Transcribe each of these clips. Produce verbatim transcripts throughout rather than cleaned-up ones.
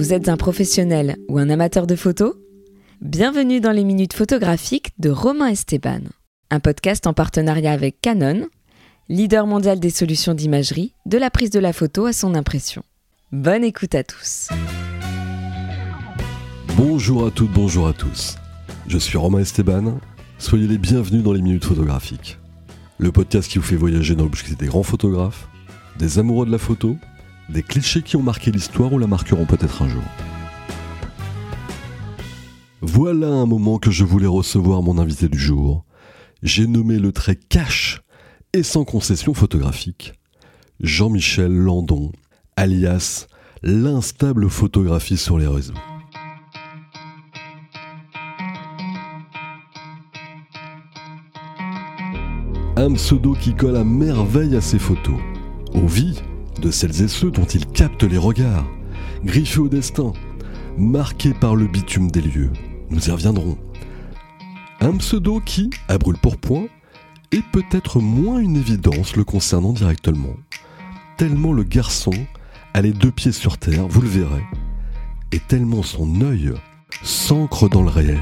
Vous êtes un professionnel ou un amateur de photos ? Bienvenue dans les minutes photographiques de Romain Esteban, un podcast en partenariat avec Canon, leader mondial des solutions d'imagerie, de la prise de la photo à son impression. Bonne écoute à tous. Bonjour à toutes, bonjour à tous. Je suis Romain Esteban, soyez les bienvenus dans les minutes photographiques. Le podcast qui vous fait voyager dans l'obscurité des grands photographes, des amoureux de la photo, des clichés qui ont marqué l'histoire ou la marqueront peut-être un jour. Voilà un moment que je voulais recevoir mon invité du jour. J'ai nommé le trait cash et sans concession photographique, Jean-Michel Landon, alias l'instable photographie sur les réseaux. Un pseudo qui colle à merveille à ses photos, aux vies de celles et ceux dont il capte les regards, griffés au destin, marqués par le bitume des lieux. Nous y reviendrons. Un pseudo qui, à brûle-pourpoint, est peut-être moins une évidence le concernant directement, tellement le garçon a les deux pieds sur terre, vous le verrez, et tellement son œil s'ancre dans le réel.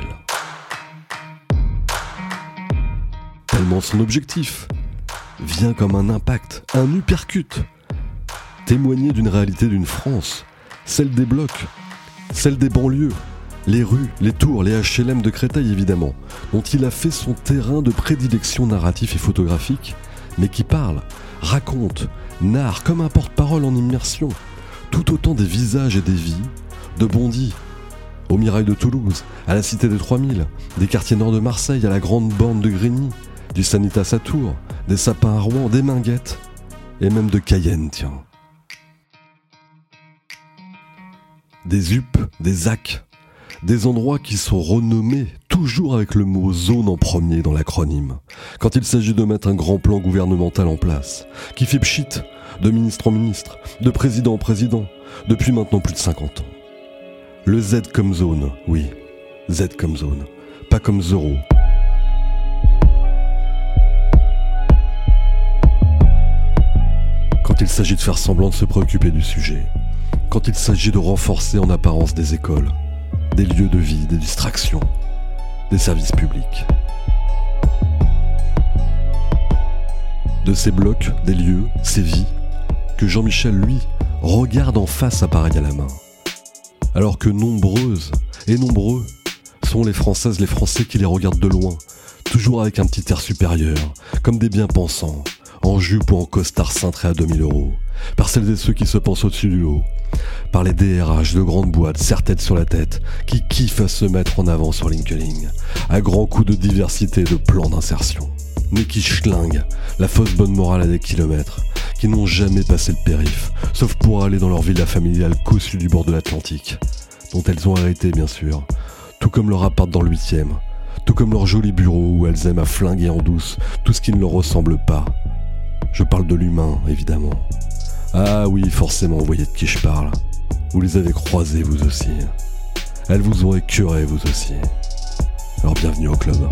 Tellement son objectif vient comme un impact, un uppercut, témoigner d'une réalité d'une France, celle des blocs, celle des banlieues, les rues, les tours, les H L M de Créteil évidemment, dont il a fait son terrain de prédilection narratif et photographique, mais qui parle, raconte, narre comme un porte-parole en immersion, tout autant des visages et des vies, de Bondy, au Mirail de Toulouse, à la Cité des trois mille, des quartiers nord de Marseille, à la Grande Borne de Grigny, du Sanitas à Tours, des sapins à Rouen, des Minguettes, et même de Cayenne, tiens. Des U P, des Z A C, des endroits qui sont renommés toujours avec le mot zone en premier dans l'acronyme, quand il s'agit de mettre un grand plan gouvernemental en place, qui fait pchit de ministre en ministre, de président en président, depuis maintenant plus de cinquante ans. Le Z comme zone, oui, Z comme zone, pas comme zéro. Quand il s'agit de faire semblant de se préoccuper du sujet, quand il s'agit de renforcer en apparence des écoles, des lieux de vie, des distractions, des services publics. De ces blocs, des lieux, ces vies, que Jean-Michel, lui, regarde en face appareil à la main. Alors que nombreuses et nombreux sont les Françaises, les Français qui les regardent de loin, toujours avec un petit air supérieur, comme des bien-pensants, en jupe ou en costard cintré à deux mille euros, par celles et ceux qui se pensent au-dessus du lot, par les D R H de grandes boîtes, serre-tête sur la tête, qui kiffent à se mettre en avant sur LinkedIn, à grands coups de diversité et de plans d'insertion, mais qui schlinguent la fausse bonne morale à des kilomètres, qui n'ont jamais passé le périph', sauf pour aller dans leur villa familiale cossue du bord de l'Atlantique, dont elles ont hérité bien sûr, tout comme leur appart dans le huitième, tout comme leur joli bureau où elles aiment à flinguer en douce tout ce qui ne leur ressemble pas. Je parle de l'humain, évidemment. Ah oui, forcément, vous voyez de qui je parle. Vous les avez croisées, vous aussi. Elles vous ont écœuré, vous aussi. Alors bienvenue au club.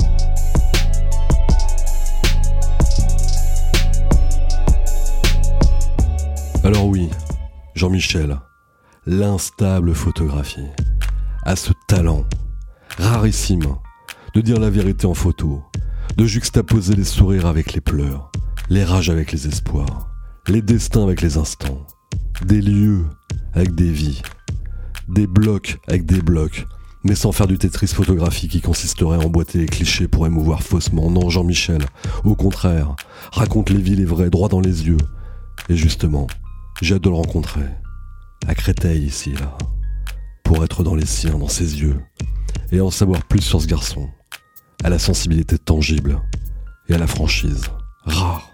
Alors oui, Jean-Michel, l'instable photographie, a ce talent, rarissime, de dire la vérité en photo, de juxtaposer les sourires avec les pleurs, les rages avec les espoirs, les destins avec les instants, des lieux avec des vies, des blocs avec des blocs, mais sans faire du Tetris photographique qui consisterait à emboîter les clichés pour émouvoir faussement. Non, Jean-Michel, au contraire, raconte les vies, les vrais, droit dans les yeux. Et justement, j'ai hâte de le rencontrer, à Créteil ici, là, pour être dans les siens, dans ses yeux, et en savoir plus sur ce garçon, à la sensibilité tangible et à la franchise rare.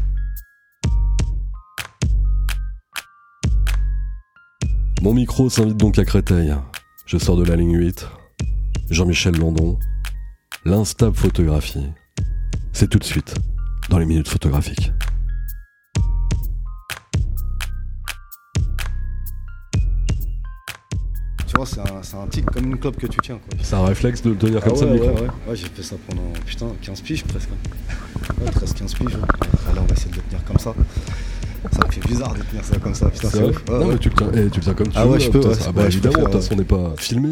Mon micro s'invite donc à Créteil. Je sors de la ligne huit. Jean-Michel Landon, l'instable photographie. C'est tout de suite dans les minutes photographiques. Tu vois, c'est un, c'est un tic comme une clope que tu tiens, quoi. C'est un réflexe de le tenir ah comme ouais, ça le micro. Ouais, ouais, ouais, j'ai fait ça pendant putain quinze piges presque. Ouais, treize quinze piges. Ouais. Allez, on va essayer de le tenir comme ça. Ça me fait bizarre de tenir ça comme ça, putain, C'est c'est vrai ouf. Ouais, Non ouais. mais tu le tiens, eh, tu le tiens comme tu Ah veux. ouais, je peux, putain, ouais. ça- ah bah Ouais, je peux évidemment, de faire, toute façon on n'est pas filmé.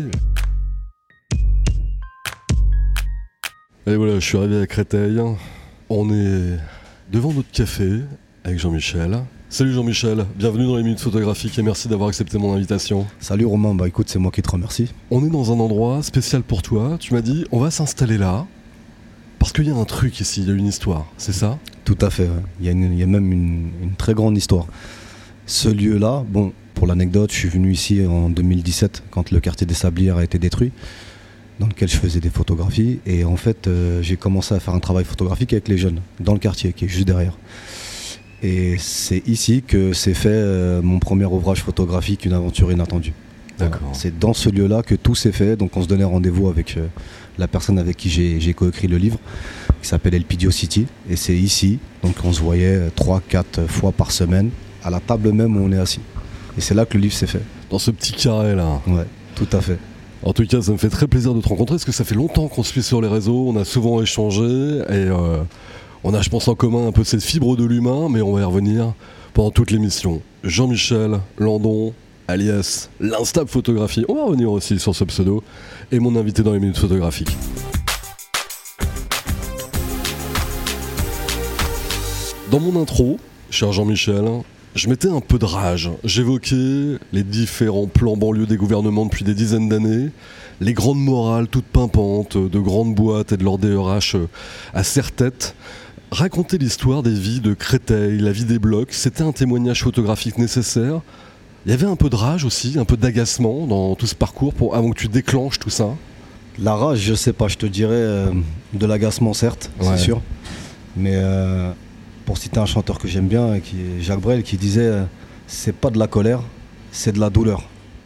Et voilà, je suis arrivé à Créteil. On est devant notre café avec Jean-Michel. Salut Jean-Michel, bienvenue dans les minutes photographiques et merci d'avoir accepté mon invitation. Salut Romain, bah écoute, c'est moi qui te remercie. On est dans un endroit spécial pour toi. Tu m'as dit, on va s'installer là parce qu'il y a un truc ici, il y a une histoire, c'est ça ? Tout à fait, ouais. il, y a une, il y a même une, une très grande histoire. Ce lieu-là, bon, pour l'anecdote, je suis venu ici en deux mille dix-sept quand le quartier des Sablières a été détruit, dans lequel je faisais des photographies. Et en fait, euh, j'ai commencé à faire un travail photographique avec les jeunes, dans le quartier, qui est juste derrière. Et c'est ici que s'est fait euh, mon premier ouvrage photographique, Une aventure inattendue. D'accord. Voilà. C'est dans ce lieu-là que tout s'est fait. Donc on se donnait rendez-vous avec euh, la personne avec qui j'ai, j'ai coécrit le livre, qui s'appelle Elpidio City. Et c'est ici, donc on se voyait trois quatre fois par semaine, à la table même où on est assis. Et c'est là que le livre s'est fait. Dans ce petit carré là. Ouais, tout à fait. En tout cas, ça me fait très plaisir de te rencontrer parce que ça fait longtemps qu'on se suit sur les réseaux, on a souvent échangé et euh, on a, je pense, en commun un peu cette fibre de l'humain, mais on va y revenir pendant toute l'émission. Jean-Michel Landon, alias l'Insta Photographie, on va revenir aussi sur ce pseudo, et mon invité dans les minutes photographiques. Dans mon intro, cher Jean-Michel, je mettais un peu de rage. J'évoquais les différents plans banlieue des gouvernements depuis des dizaines d'années, les grandes morales toutes pimpantes, de grandes boîtes et de leur D R H à serre-tête. Raconter l'histoire des vies de Créteil, la vie des blocs, c'était un témoignage photographique nécessaire. Il y avait un peu de rage aussi, un peu d'agacement dans tout ce parcours pour, avant que tu déclenches tout ça. La rage, je sais pas, je te dirais euh, de l'agacement, certes, Ouais. c'est sûr. Mais euh, pour citer un chanteur que j'aime bien, qui est Jacques Brel, qui disait euh, c'est pas de la colère, c'est de la douleur.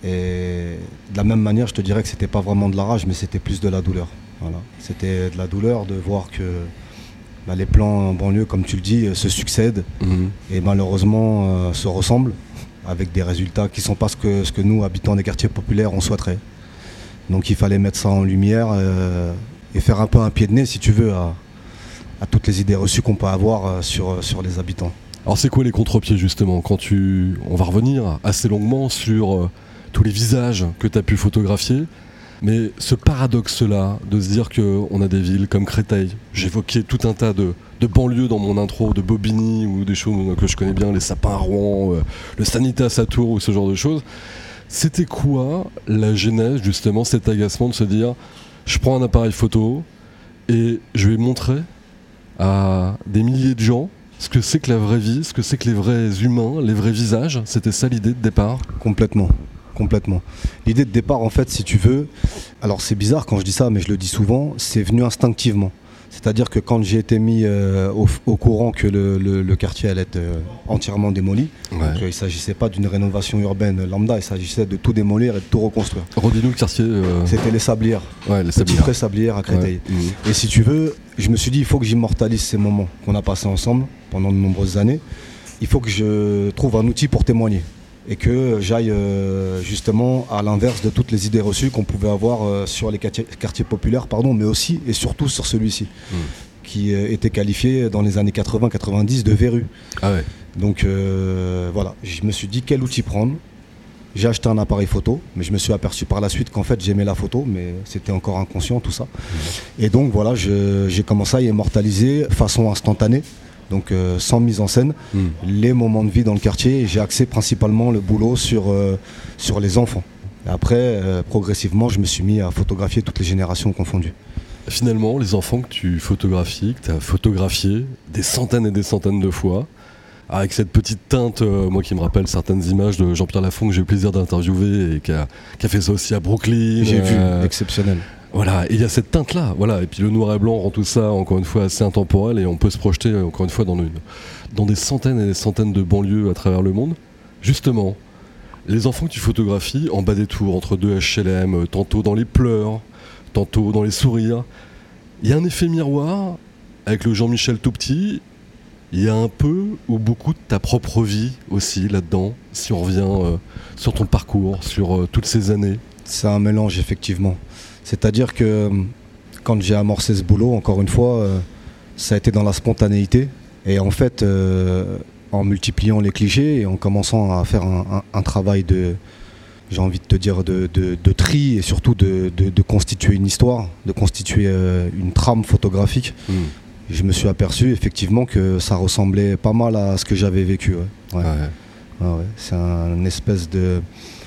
Et de la même manière, je te dirais que c'était pas vraiment de la rage, mais c'était plus de la douleur. Voilà. C'était de la douleur de voir que bah, les plans en banlieue, comme tu le dis, euh, se succèdent Mmh. et malheureusement euh, se ressemblent, avec des résultats qui ne sont pas ce que, ce que nous, habitants des quartiers populaires, on souhaiterait. Donc il fallait mettre ça en lumière euh, et faire un peu un pied de nez, si tu veux, à, à toutes les idées reçues qu'on peut avoir euh, sur, sur les habitants. Alors c'est quoi les contre-pieds justement quand tu... On va revenir assez longuement sur euh, tous les visages que tu as pu photographier, mais ce paradoxe-là de se dire qu'on a des villes comme Créteil, j'évoquais tout un tas de, de banlieues dans mon intro, de Bobigny ou des choses que je connais bien, les sapins à Rouen, euh, le Sanitas à Tours ou ce genre de choses. C'était quoi la genèse justement, cet agacement de se dire je prends un appareil photo et je vais montrer à des milliers de gens ce que c'est que la vraie vie, ce que c'est que les vrais humains, les vrais visages. C'était ça l'idée de départ. Complètement, complètement. L'idée de départ, en fait, si tu veux, alors c'est bizarre quand je dis ça, mais je le dis souvent, c'est venu instinctivement. C'est-à-dire que quand j'ai été mis euh, au, au courant que le, le, le quartier allait être euh, entièrement démoli, Ouais. donc, euh, il ne s'agissait pas d'une rénovation urbaine lambda, il s'agissait de tout démolir et de tout reconstruire. Redis-nous le quartier. Euh... C'était les Sablières, Ouais, les petit Sablières. pré Sablières à Créteil. Ouais. Mmh. Et si tu veux, je me suis dit, il faut que j'immortalise ces moments qu'on a passés ensemble pendant de nombreuses années. Il faut que je trouve un outil pour témoigner et que j'aille euh, justement à l'inverse de toutes les idées reçues qu'on pouvait avoir euh, sur les quartiers, quartiers populaires, pardon, mais aussi et surtout sur celui-ci, Mmh. qui euh, était qualifié dans les années quatre-vingts quatre-vingt-dix de verrue. Ah ouais. Donc euh, voilà, je me suis dit quel outil prendre. J'ai acheté un appareil photo, mais je me suis aperçu par la suite qu'en fait j'aimais la photo, mais c'était encore inconscient tout ça. Mmh. Et donc voilà, je, j'ai commencé à immortaliser façon instantanée, donc euh, sans mise en scène, Mmh. les moments de vie dans le quartier. Et j'ai axé principalement le boulot sur, euh, sur les enfants. Et après, euh, progressivement, je me suis mis à photographier toutes les générations confondues. Finalement, les enfants que tu photographies, que tu as photographiés des centaines et des centaines de fois, avec cette petite teinte, euh, moi qui me rappelle certaines images de Jean-Pierre Lafont que j'ai eu le plaisir d'interviewer et qui a, qui a fait ça aussi à Brooklyn. J'ai euh, vu, exceptionnel. Voilà, et il y a cette teinte-là, voilà, et puis le noir et blanc rend tout ça encore une fois assez intemporel et on peut se projeter encore une fois dans, une, dans des centaines et des centaines de banlieues à travers le monde. Justement, les enfants que tu photographies en bas des tours, entre deux H L M, tantôt dans les pleurs, tantôt dans les sourires, il y a un effet miroir avec le Jean-Michel tout petit. Il y a un peu ou beaucoup de ta propre vie aussi là-dedans, si on revient euh, sur ton parcours, sur euh, toutes ces années. C'est un mélange, effectivement. C'est-à-dire que quand j'ai amorcé ce boulot, encore une fois, euh, ça a été dans la spontanéité. Et en fait, euh, en multipliant les clichés et en commençant à faire un, un, un travail de, j'ai envie de te dire, de, de, de tri et surtout de, de, de constituer une histoire, de constituer euh, une trame photographique. Mmh. Je me suis aperçu effectivement que ça ressemblait pas mal à ce que j'avais vécu. Ouais. Ouais. Ouais. Ouais, ouais. C'est un une espèce de...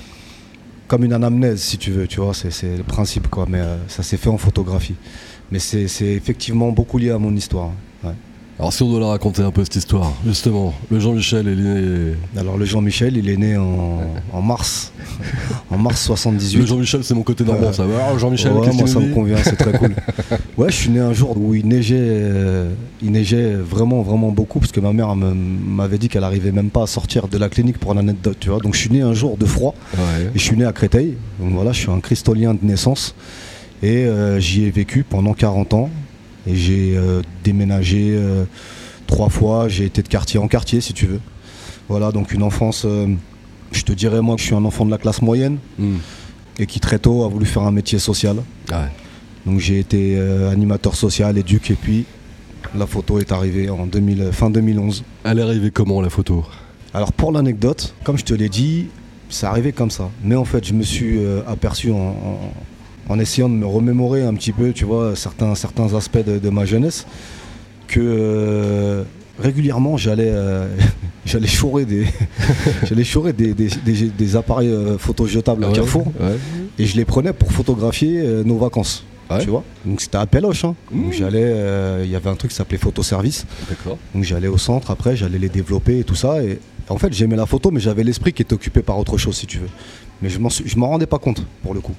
comme une anamnèse si tu veux, tu vois, c'est, c'est le principe quoi, mais euh, ça s'est fait en photographie. Mais c'est, c'est effectivement beaucoup lié à mon histoire. Ouais. Alors si on doit la raconter un peu cette histoire, justement, le Jean-Michel est né... Alors le Jean-Michel, il est né en, en mars, en mars soixante-dix-huit. Le Jean-Michel, c'est mon côté normand, euh, ça va. Alors Jean-Michel, ouais, qu'est-ce moi qu'il ça est me convient, c'est très cool. Ouais, je suis né un jour où il neigeait, euh, il neigeait vraiment, vraiment beaucoup, parce que ma mère me, m'avait dit qu'elle arrivait même pas à sortir de la clinique pour l'anecdote, tu vois. Donc je suis né un jour de froid, ouais. Et je suis né à Créteil. Donc voilà, je suis un cristolien de naissance, et euh, j'y ai vécu pendant quarante ans, et j'ai euh, déménagé. Euh, Trois fois, j'ai été de quartier en quartier, si tu veux. Voilà, donc une enfance, euh, je te dirais moi que je suis un enfant de la classe moyenne mmh. et qui très tôt a voulu faire un métier social. Ah ouais. Donc j'ai été euh, animateur social, éduc, et puis la photo est arrivée en deux mille, fin deux mille onze. Elle est arrivée comment la photo ? Alors pour l'anecdote, comme je te l'ai dit, c'est arrivé comme ça. Mais en fait, je me suis euh, aperçu en, en, en essayant de me remémorer un petit peu, tu vois, certains, certains aspects de, de ma jeunesse, que euh, régulièrement j'allais euh, j'allais chorer des j'allais chorer des, des, des, des appareils euh, photo jetables à ouais, Carrefour ouais. Et je les prenais pour photographier euh, nos vacances, ouais. Tu vois. Donc c'était à Péloche, hein. Mmh. Donc j'allais, il euh, y avait un truc qui s'appelait photoservice. D'accord. Donc j'allais au centre après, j'allais les développer et tout ça. Et en fait j'aimais la photo, mais j'avais l'esprit qui était occupé par autre chose, si tu veux. Mais je m'en suis, je m'en rendais pas compte pour le coup.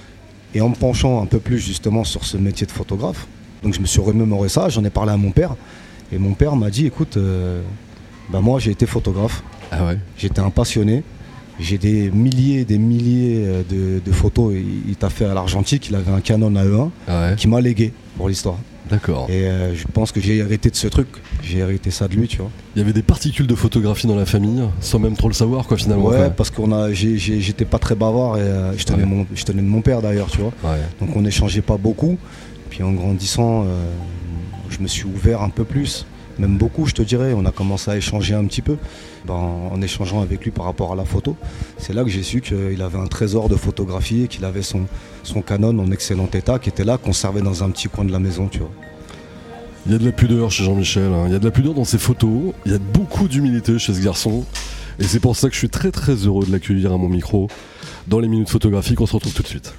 Et en me penchant un peu plus justement sur ce métier de photographe. Donc je me suis remémoré ça, j'en ai parlé à mon père. Et mon père m'a dit, écoute, euh, bah moi j'ai été photographe. Ah ouais. J'étais un passionné. J'ai des milliers des milliers de, de photos. Il, il t'a fait à l'argentique, il avait un Canon A E un ah ouais. Qui m'a légué pour l'histoire. D'accord. Et euh, je pense que j'ai hérité de ce truc. J'ai hérité ça de lui, tu vois. Il y avait des particules de photographie dans la famille, sans même trop le savoir, quoi, finalement. Ouais, enfin. Parce qu'on a, j'ai, j'ai, j'étais pas très bavard et euh, je, tenais ouais. mon, je tenais de mon père d'ailleurs, tu vois. Ouais. Donc on n'échangeait pas beaucoup. Puis en grandissant, euh, je me suis ouvert un peu plus, même beaucoup je te dirais, on a commencé à échanger un petit peu, ben, en échangeant avec lui par rapport à la photo. C'est là que j'ai su qu'il avait un trésor de photographie et qu'il avait son, son Canon en excellent état qui était là, conservé dans un petit coin de la maison, tu vois. Il y a de la pudeur chez Jean-Michel, hein. Il y a de la pudeur dans ses photos, il y a beaucoup d'humilité chez ce garçon, et c'est pour ça que je suis très très heureux de l'accueillir à mon micro. Dans les minutes photographiques, on se retrouve tout de suite.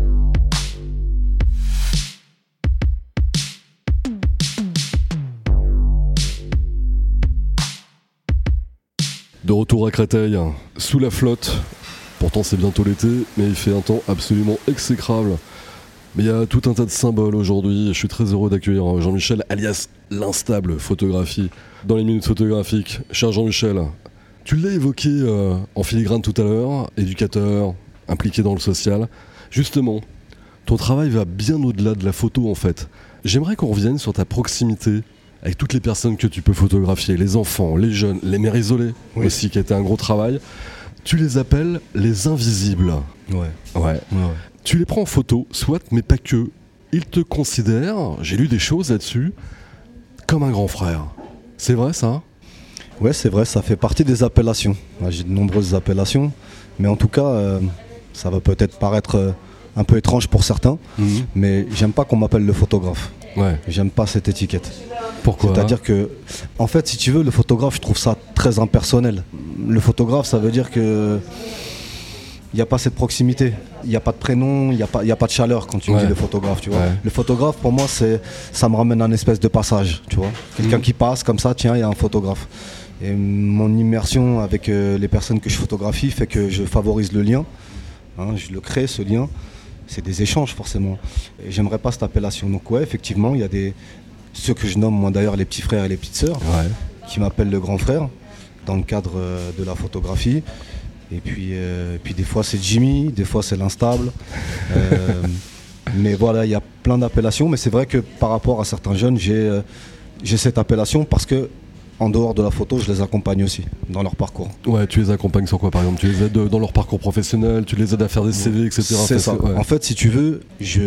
De retour à Créteil, sous la flotte. Pourtant c'est bientôt l'été, mais il fait un temps absolument exécrable. Mais il y a tout un tas de symboles aujourd'hui. Je suis très heureux d'accueillir Jean-Michel, alias l'instable photographie. Dans les minutes photographiques, cher Jean-Michel, tu l'as évoqué euh, en filigrane tout à l'heure, éducateur, impliqué dans le social. Justement, ton travail va bien au-delà de la photo en fait. J'aimerais qu'on revienne sur ta proximité avec toutes les personnes que tu peux photographier, les enfants, les jeunes, les mères isolées oui. aussi, qui a été un gros travail. Tu les appelles les invisibles. Ouais. Ouais. ouais, ouais. Tu les prends en photo, soit, mais pas que. Ils te considèrent, j'ai lu des choses là-dessus, comme un grand frère. C'est vrai ça ? Ouais, c'est vrai, ça fait partie des appellations. J'ai de nombreuses appellations, mais en tout cas, euh, ça va peut-être paraître euh, un peu étrange pour certains, mmh. mais j'aime pas qu'on m'appelle le photographe. Ouais. J'aime pas cette étiquette. Pourquoi ? C'est-à-dire que, en fait, si tu veux, le photographe, je trouve ça très impersonnel. Le photographe, ça veut dire que il n'y a pas cette proximité, il n'y a pas de prénom, il n'y a, a pas de chaleur quand tu ouais. me dis le photographe, tu vois. Ouais. Le photographe, pour moi, c'est, ça me ramène à un espèce de passage, tu vois. Quelqu'un mmh. qui passe comme ça, tiens, il y a un photographe. Et mon immersion avec euh, les personnes que je photographie fait que je favorise le lien, hein, je le crée, ce lien. C'est des échanges, forcément. Et j'aimerais pas cette appellation. Donc ouais, effectivement, il y a des... ceux que je nomme, moi d'ailleurs, les petits frères et les petites sœurs, ouais. qui m'appellent le grand frère, dans le cadre euh, de la photographie. Et puis, euh, puis des fois c'est Jimmy, des fois c'est l'instable. euh, mais voilà, il y a plein d'appellations. Mais c'est vrai que par rapport à certains jeunes, j'ai, euh, j'ai cette appellation parce que en dehors de la photo, je les accompagne aussi dans leur parcours. Ouais, tu les accompagnes sur quoi par exemple ? Tu les aides dans leur parcours professionnel, tu les aides à faire des C V, et cetera. C'est ça. Ouais. En fait, si tu veux,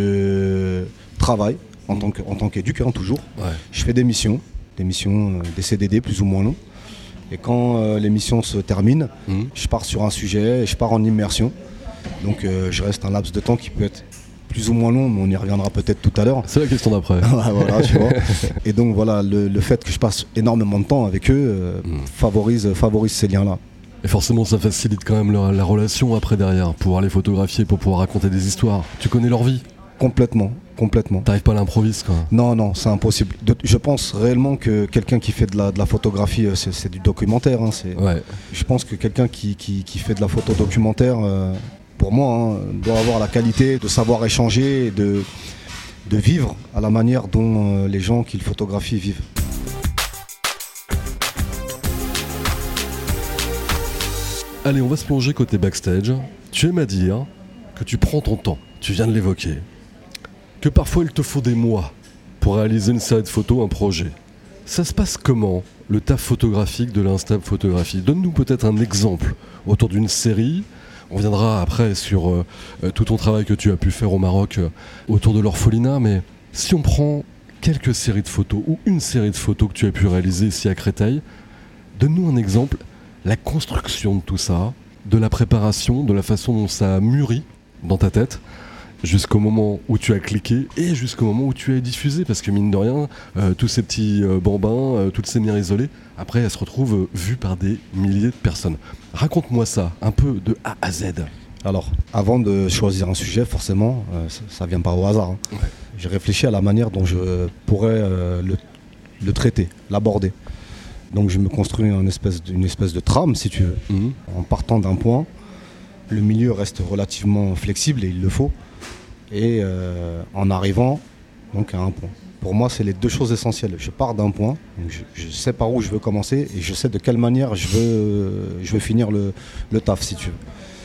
je travaille en tant, que, en tant qu'éducateur toujours. Ouais. Je fais des missions, des missions, euh, des C D D plus ou moins longs. Et quand euh, l'émission se termine, Mmh. je pars sur un sujet et je pars en immersion. Donc euh, je reste un laps de temps qui peut être plus ou moins long, mais on y reviendra peut-être tout à l'heure. C'est la question d'après. Ouais, voilà, tu vois. Et donc voilà, le, le fait que je passe énormément de temps avec eux euh, Mmh. favorise, favorise ces liens-là. Et forcément, ça facilite quand même la, la relation après derrière, pouvoir les photographier, pour pouvoir raconter des histoires. Tu connais leur vie. Complètement, complètement. T'arrives pas à l'improviste, quoi. Non, non, c'est impossible. De- je pense réellement que quelqu'un qui fait de la, de la photographie, euh, c'est, c'est du documentaire. Hein, c'est, Ouais. Je pense que quelqu'un qui, qui, qui fait de la photo documentaire, euh, pour moi, hein, doit avoir la qualité de savoir échanger et de, de vivre à la manière dont euh, les gens qui le photographient vivent. Allez, on va se plonger côté backstage. Tu aimes à dire que tu prends ton temps, tu viens de l'évoquer, que parfois il te faut des mois pour réaliser une série de photos, un projet. Ça se passe comment, le taf photographique de l'Instable Photographie? Donne-nous peut-être un exemple autour d'une série. On viendra après sur euh, euh, tout ton travail que tu as pu faire au Maroc euh, autour de l'orphelinat, mais si on prend quelques séries de photos ou une série de photos que tu as pu réaliser ici à Créteil, donne-nous un exemple, la construction de tout ça, de la préparation, de la façon dont ça a mûri dans ta tête, jusqu'au moment où tu as cliqué et jusqu'au moment où tu as diffusé, parce que mine de rien, euh, tous ces petits euh, bambins, euh, toutes ces mères isolées, après elles se retrouvent euh, vues par des milliers de personnes. Raconte-moi ça, un peu de A à Z. Alors, avant de choisir un sujet, forcément, euh, ça, ça vient pas au hasard. Hein. Ouais. J'ai réfléchi à la manière dont je pourrais euh, le, le traiter, l'aborder. Donc je me construis une espèce, de, une espèce de trame, si tu veux. Mmh. En partant d'un point, le milieu reste relativement flexible et il le faut. Et euh, en arrivant donc à un point. Pour moi, c'est les deux choses essentielles. Je pars d'un point, donc je, je sais par où je veux commencer et je sais de quelle manière je veux, je veux finir le, le taf, si tu veux.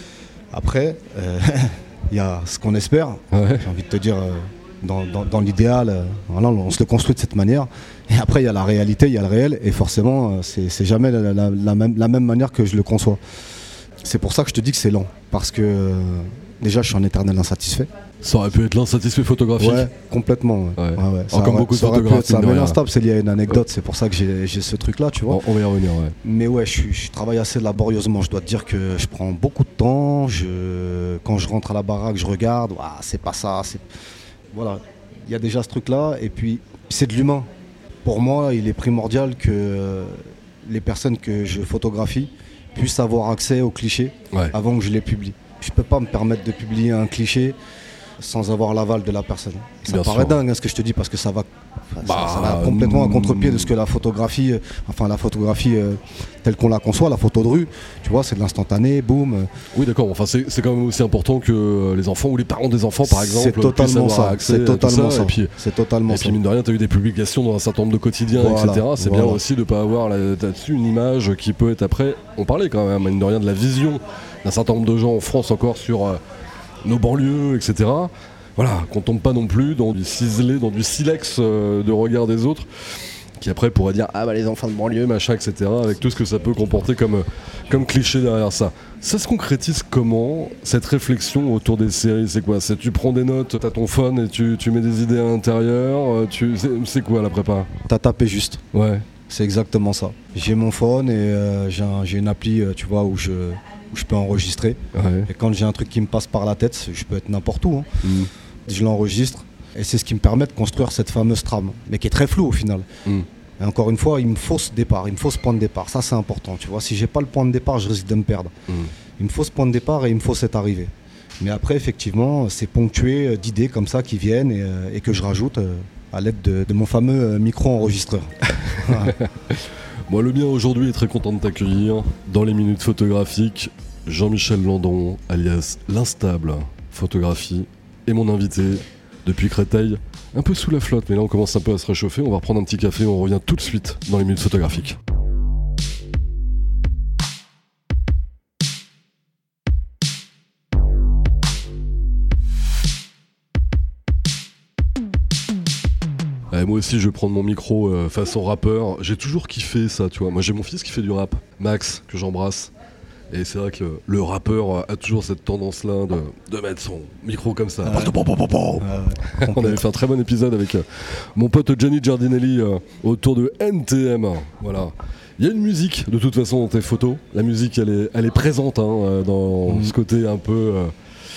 Après, euh, il y a ce qu'on espère. Ouais. J'ai envie de te dire, euh, dans, dans, dans l'idéal, euh, voilà, on se le construit de cette manière. Et après, il y a la réalité, il y a le réel. Et forcément, euh, c'est, c'est jamais la, la, la, même, la même manière que je le conçois. C'est pour ça que je te dis que c'est lent. Parce que euh, déjà, je suis un éternel insatisfait. Ça aurait pu être l'insatisfait photographique. Ouais, complètement. Ouais. Ouais. Ouais, ouais. Alors, comme beaucoup de ça aurait pu photographes, être ça. mine de Mais rien. l'instable, c'est lié à une anecdote. C'est pour ça que j'ai, j'ai ce truc-là, tu vois. On, on va y revenir, ouais. Mais ouais, je, suis- je travaille assez laborieusement. Je dois te dire que je prends beaucoup de temps. Je, quand je rentre à la baraque, je regarde. Ah, c'est pas ça. C'est... Voilà. Il y a déjà ce truc-là. Et puis, c'est de l'humain. Pour moi, il est primordial que euh, les personnes que je photographie puissent avoir accès aux clichés Ouais. avant que je les publie. Je peux pas me permettre de publier un cliché sans avoir l'aval de la personne. Ça Bien paraît sûr. dingue hein, ce que je te dis parce que ça va, ça- Bah, ça, va complètement à mm, contre-pied de ce que la photographie, euh, enfin la photographie euh, telle qu'on la conçoit, la photo de rue, tu vois, c'est de l'instantané, boum. euh, Oui, d'accord. Enfin, c'est, c'est quand même aussi important que euh, les enfants ou les parents des enfants, par exemple, c'est puissent totalement avoir ça. accès C'est à tout totalement ça. ça. Et puis, C'est totalement et ça. puis mine de rien, tu as eu des publications dans un certain nombre de quotidiens, Voilà, et cetera. C'est voilà. bien aussi de ne pas avoir là- là-dessus une image qui peut être après. On parlait quand même, mine de rien, de la vision d'un certain nombre de gens en France encore sur euh, nos banlieues, et cetera. Voilà, qu'on tombe pas non plus dans du ciselé, dans du silex euh, de regard des autres, qui après pourrait dire ah bah les enfants de banlieue, machin, et cetera. Avec tout ce que ça peut comporter comme, euh, comme cliché derrière ça. Ça se concrétise comment, cette réflexion autour des séries? C'est quoi? C'est tu prends des notes, t'as ton phone et tu, tu mets des idées à l'intérieur, euh, tu, c'est, c'est quoi la prépa? T'as tapé juste. Ouais. C'est exactement ça. J'ai mon phone et euh, j'ai, un- j'ai une appli, euh, tu vois, où je, où je peux enregistrer. Ouais. Et quand j'ai un truc qui me passe par la tête, je peux être n'importe où. Hein. Mm. Je l'enregistre et c'est ce qui me permet de construire cette fameuse trame, mais qui est très floue au final. Mm. Et encore une fois, il me faut ce départ, il me faut ce point de départ. Ça, c'est important, tu vois. Si j'ai pas le point de départ, je risque de me perdre. Mm. Il me faut ce point de départ et il me faut cette arrivée. Mais après, effectivement, c'est ponctué euh, d'idées comme ça qui viennent et, euh, et que je rajoute euh, à l'aide de, de mon fameux euh, micro-enregistreur. Voilà. Moi, le mien aujourd'hui est très content de t'accueillir dans les minutes photographiques. Jean-Michel Landon, alias l'Instable Photographie, est mon invité depuis Créteil. Un peu sous la flotte, mais là on commence un peu à se réchauffer. On va reprendre un petit café, on revient tout de suite dans les minutes photographiques. Ouais, moi aussi je vais prendre mon micro euh, façon rappeur. J'ai toujours kiffé ça, tu vois. Moi j'ai mon fils qui fait du rap, Max, que j'embrasse. Et c'est vrai que le, le rappeur a toujours cette tendance-là de, de mettre son micro comme ça. Ouais. Pom, pom, pom, pom. Ah ouais, On avait fait un très bon épisode avec euh, mon pote Gianni Giardinelli euh, autour de N T M. Voilà. Il y a une musique de toute façon dans tes photos. La musique elle est, elle est présente hein, dans mmh. ce côté un peu, euh,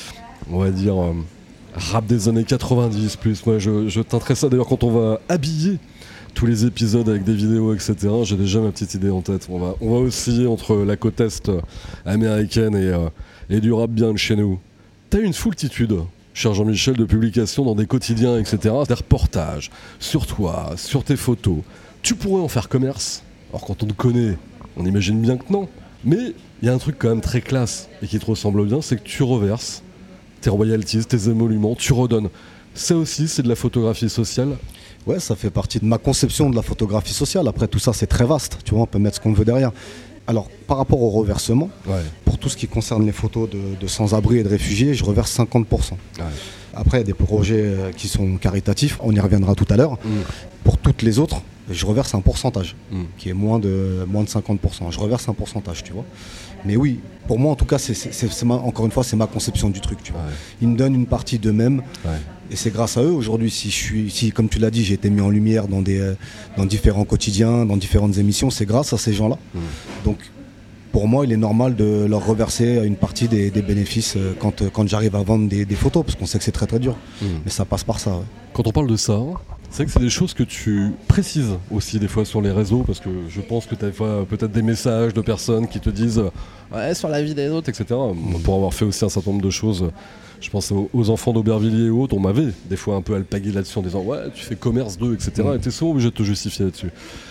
on va dire, euh, rap des années quatre-vingt-dix plus. Moi je, je teinterai ça d'ailleurs quand on va habiller tous les épisodes avec des vidéos, et cetera. J'ai déjà ma petite idée en tête. On va, on va osciller entre la côte est américaine et, euh, et du rap bien de chez nous. T'as une foultitude, cher Jean-Michel, de publications dans des quotidiens, et cetera. Des reportages sur toi, sur tes photos. Tu pourrais en faire commerce. Alors quand on te connaît, on imagine bien que non. Mais il y a un truc quand même très classe et qui te ressemble bien, c'est que tu reverses tes royalties, tes émoluments, tu redonnes. Ça aussi, c'est de la photographie sociale. Ouais, ça fait partie de ma conception de la photographie sociale. Après, tout ça, c'est très vaste. Tu vois, on peut mettre ce qu'on veut derrière. Alors, par rapport au reversement, ouais. pour tout ce qui concerne les photos de, de sans-abri et de réfugiés, je reverse cinquante pour cent. Ouais. Après, il y a des projets qui sont caritatifs. On y reviendra tout à l'heure. Mmh. Pour toutes les autres, je reverse un pourcentage mmh. qui est moins de, moins de cinquante pour cent. Je reverse un pourcentage, tu vois. Mais oui, pour moi, en tout cas, c'est, c'est, c'est ma, encore une fois, c'est ma conception du truc. Tu vois. Ouais. Ils me donnent une partie d'eux-mêmes. Ouais. Et c'est grâce à eux aujourd'hui, si je suis, si comme tu l'as dit, j'ai été mis en lumière dans, des, dans différents quotidiens, dans différentes émissions, c'est grâce à ces gens-là. Mmh. Donc pour moi, il est normal de leur reverser une partie des, des bénéfices quand, quand j'arrive à vendre des, des photos, parce qu'on sait que c'est très très dur. Mmh. Mais ça passe par ça. Ouais. Quand on parle de ça, c'est vrai que c'est des choses que tu précises aussi des fois sur les réseaux, parce que je pense que tu as des fois peut-être des messages de personnes qui te disent ouais, sur la vie des autres, et cetera. Mmh. Pour avoir fait aussi un certain nombre de choses. Je pense aux enfants d'Aubervilliers et autres, on m'avait des fois un peu alpagué là-dessus en disant ouais tu fais commerce d'eux, et cetera. Mmh. Et t'es souvent obligé de te justifier là-dessus.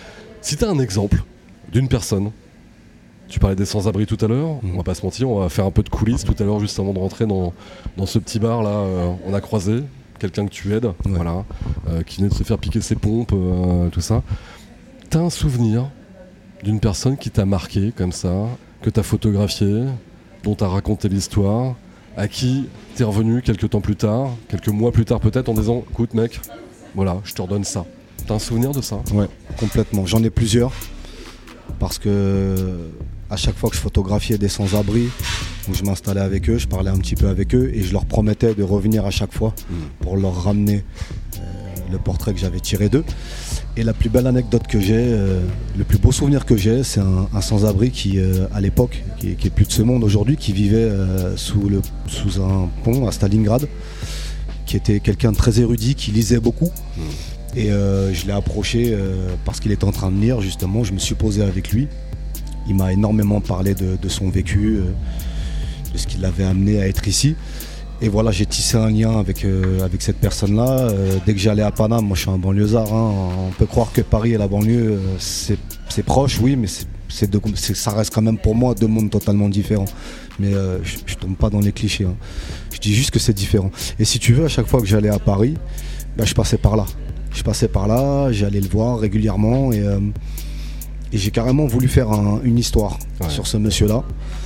Si t'as un exemple d'une personne, tu parlais des sans-abri tout à l'heure, mmh. on va pas se mentir, on va faire un peu de coulisses tout à l'heure juste avant de rentrer dans, dans ce petit bar là, euh, on a croisé quelqu'un que tu aides, ouais. voilà, euh, qui venait de se faire piquer ses pompes, euh, tout ça. T'as un souvenir d'une personne qui t'a marqué comme ça, que t'as photographié, dont t'as raconté l'histoire, à qui t'es revenu quelques temps plus tard, quelques mois plus tard peut-être, en disant « Écoute mec, voilà, je te redonne ça ». T'as un souvenir de ça ? Ouais, complètement. J'en ai plusieurs, parce que à chaque fois que je photographiais des sans-abri, où je m'installais avec eux, je parlais un petit peu avec eux, et je leur promettais de revenir à chaque fois mmh. pour leur ramener euh, le portrait que j'avais tiré d'eux. Et la plus belle anecdote que j'ai, euh, le plus beau souvenir que j'ai, c'est un, un sans-abri qui, euh, à l'époque, qui, qui est plus de ce monde aujourd'hui, qui vivait euh, sous, le, sous un pont à Stalingrad, qui était quelqu'un de très érudit, qui lisait beaucoup. Mmh. Et euh, je l'ai approché euh, parce qu'il était en train de lire, justement. Je me suis posé avec lui. Il m'a énormément parlé de, de son vécu, euh, de ce qui l'avait amené à être ici. Et voilà, j'ai tissé un lien avec, euh, avec cette personne-là. Euh, dès que j'allais à Paname, moi je suis un banlieusard, hein, on peut croire que Paris et la banlieue, euh, c'est, c'est proche, oui, mais c'est, c'est de, c'est, ça reste quand même pour moi deux mondes totalement différents. Mais euh, je ne tombe pas dans les clichés. Hein. Je dis juste que c'est différent. Et si tu veux, à chaque fois que j'allais à Paris, bah, je passais par là. Je passais par là, j'allais le voir régulièrement et, euh, et j'ai carrément voulu faire un, une histoire ouais. sur ce monsieur-là.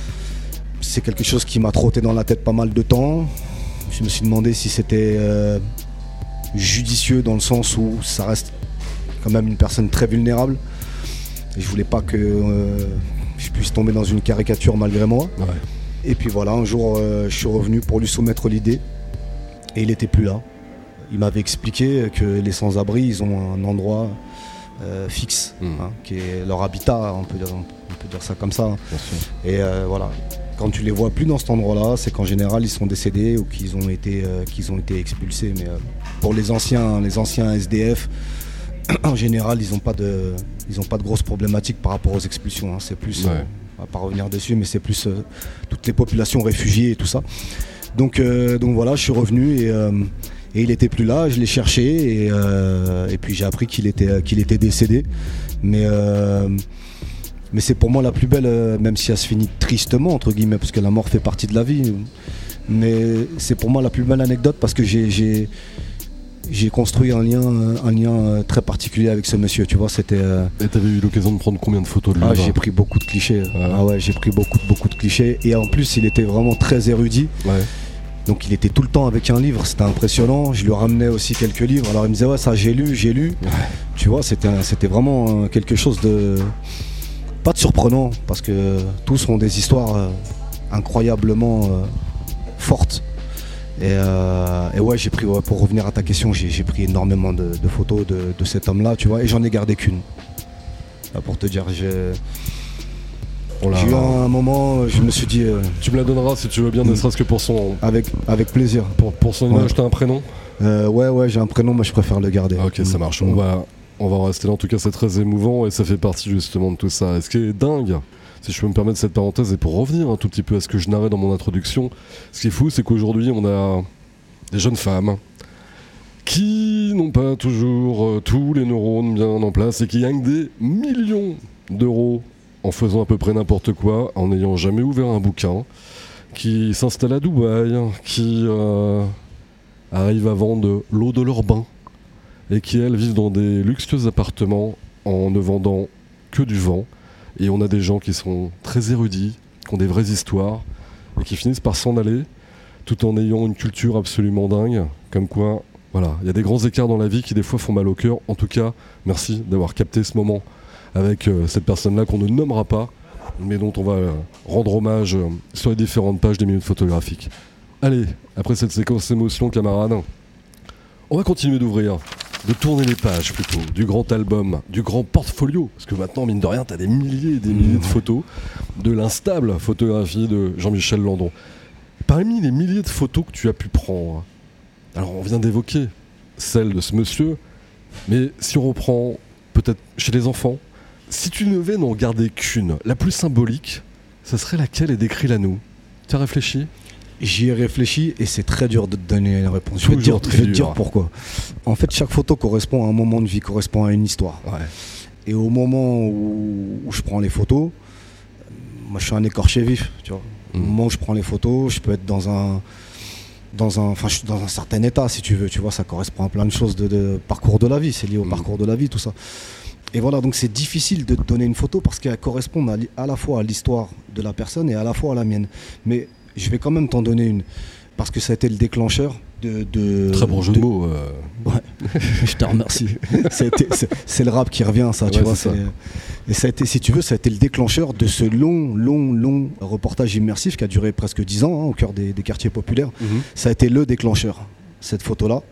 C'est quelque chose qui m'a trotté dans la tête pas mal de temps. Je me suis demandé si c'était euh, judicieux dans le sens où ça reste quand même une personne très vulnérable. Et je voulais pas que euh, je puisse tomber dans une caricature malgré moi. Ouais. Et puis voilà, un jour euh, je suis revenu pour lui soumettre l'idée et il n'était plus là. Il m'avait expliqué que les sans-abri, ils ont un endroit euh, fixe, mmh. hein, qui est leur habitat, on peut dire, on peut dire ça comme ça. Hein. Et euh, voilà, quand tu les vois plus dans cet endroit-là, c'est qu'en général ils sont décédés ou qu'ils ont été, euh, qu'ils ont été expulsés. Mais euh, pour les anciens, les anciens S D F, en général, ils n'ont pas de, ils ont pas de grosses problématiques par rapport aux expulsions. Hein. C'est plus, ouais. euh, on va pas revenir dessus, mais c'est plus euh, toutes les populations réfugiées et tout ça. Donc, euh, donc voilà, je suis revenu et euh, Et il n'était plus là, je l'ai cherché et, euh, et puis j'ai appris qu'il était, qu'il était décédé. Mais, euh, mais c'est pour moi la plus belle, euh, même si elle se finit tristement, entre guillemets, parce que la mort fait partie de la vie. Mais c'est pour moi la plus belle anecdote parce que j'ai, j'ai, j'ai construit un lien, un lien très particulier avec ce monsieur, tu vois. C'était, euh... Et t'avais eu l'occasion de prendre combien de photos de lui? Ah, j'ai pris beaucoup de clichés. Ouais. Ah ouais, j'ai pris beaucoup, beaucoup de clichés. Et en plus, il était vraiment très érudit. Ouais. Donc il était tout le temps avec un livre, c'était impressionnant. Je lui ramenais aussi quelques livres. Alors il me disait ouais ça j'ai lu, j'ai lu. Ouais. Tu vois, c'était, c'était vraiment quelque chose de pas de surprenant parce que tous ont des histoires euh, incroyablement euh, fortes. Et, euh, et ouais j'ai pris ouais, pour revenir à ta question, j'ai, j'ai pris énormément de, de photos de, de cet homme-là, tu vois, et j'en ai gardé qu'une. Là, pour te dire, j'ai, On j'ai eu un moment, je me suis dit... Euh, tu me la donneras si tu veux bien, ne serait-ce que pour son... Avec, avec plaisir. Pour, pour son image, ouais. T'as un prénom ? euh, Ouais, ouais, j'ai un prénom, mais je préfère le garder. Ah, ok, ça marche. On va, on va en rester là. En tout cas, c'est très émouvant et ça fait partie justement de tout ça. Et ce qui est dingue, si je peux me permettre cette parenthèse, et pour revenir un tout petit peu à ce que je narrais dans mon introduction, ce qui est fou, c'est qu'aujourd'hui, on a des jeunes femmes qui n'ont pas toujours euh, tous les neurones bien en place et qui gagnent des millions d'euros en faisant à peu près n'importe quoi, en n'ayant jamais ouvert un bouquin, qui s'installent à Dubaï, qui euh, arrivent à vendre l'eau de leur bain et qui, elles, vivent dans des luxueux appartements en ne vendant que du vent. Et on a des gens qui sont très érudits, qui ont des vraies histoires et qui finissent par s'en aller tout en ayant une culture absolument dingue, comme quoi... Voilà, il y a des grands écarts dans la vie qui des fois font mal au cœur. En tout cas, merci d'avoir capté ce moment avec euh, cette personne-là qu'on ne nommera pas, mais dont on va euh, rendre hommage euh, sur les différentes pages des minutes photographiques. Allez, après cette séquence émotion, camarades, on va continuer d'ouvrir, de tourner les pages plutôt, du grand album, du grand portfolio, parce que maintenant, mine de rien, t'as des milliers et des milliers de photos, de l'instable photographie de Jean-Michel Landon. Parmi les milliers de photos que tu as pu prendre, alors on vient d'évoquer celle de ce monsieur, mais si on reprend peut-être chez les enfants, si tu ne devais n'en garder qu'une, la plus symbolique, ça serait laquelle et décris-la nous. Tu as réfléchi ? J'y ai réfléchi et c'est très dur de te donner une réponse. Je vais te dire, je vais te dire pourquoi. En fait, chaque photo correspond à un moment de vie, correspond à une histoire. Ouais. Et au moment où, où je prends les photos, moi je suis un écorché vif, tu vois. Mmh. Au moment où je prends les photos, je peux être dans un... Dans un, enfin, je suis dans un certain état, si tu veux, tu vois, ça correspond à plein de choses de, de parcours de la vie, c'est lié au mmh. parcours de la vie, tout ça. Et voilà, donc c'est difficile de te donner une photo parce qu'elle correspond à, à la fois à l'histoire de la personne et à la fois à la mienne. Mais je vais quand même t'en donner une, parce que ça a été le déclencheur de... de Très bon jeu de, de mots. Euh... Ouais, je te remercie. ça a été, c'est, c'est le rap qui revient, ça, tu ouais, vois. C'est c'est... Et ça a été, si tu veux, ça a été le déclencheur de ce long, long, long reportage immersif qui a duré presque dix ans, hein, au cœur des, des quartiers populaires. Mmh. Ça a été le déclencheur, cette photo-là.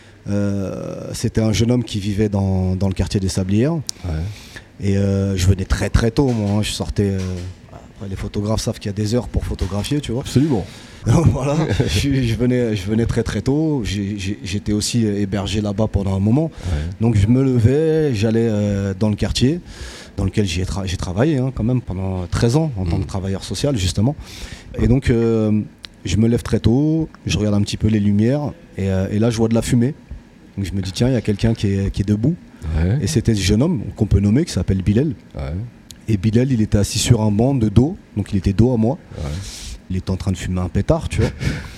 Euh, c'était un jeune homme qui vivait dans, dans le quartier des Sablières. Ouais. Et euh, je venais très très tôt, moi. Hein, je sortais... Euh, après, les photographes savent qu'il y a des heures pour photographier, tu vois. Absolument. Voilà, je, je, venais, je venais très très tôt, j'ai, j'ai, j'étais aussi hébergé là-bas pendant un moment. Ouais. Donc je me levais, j'allais euh, dans le quartier, dans lequel j'ai, tra- j'ai travaillé hein, quand même pendant treize ans en mmh. tant que travailleur social justement. Et donc euh, je me lève très tôt, je regarde un petit peu les lumières et, euh, et là je vois de la fumée. Donc je me dis tiens, il y a quelqu'un qui est, qui est debout. Ouais. Et c'était ce jeune homme qu'on peut nommer, qui s'appelle Bilal. Ouais. Et Bilal, il était assis sur un banc de dos, donc il était dos à moi. Ouais. Il était en train de fumer un pétard, tu vois.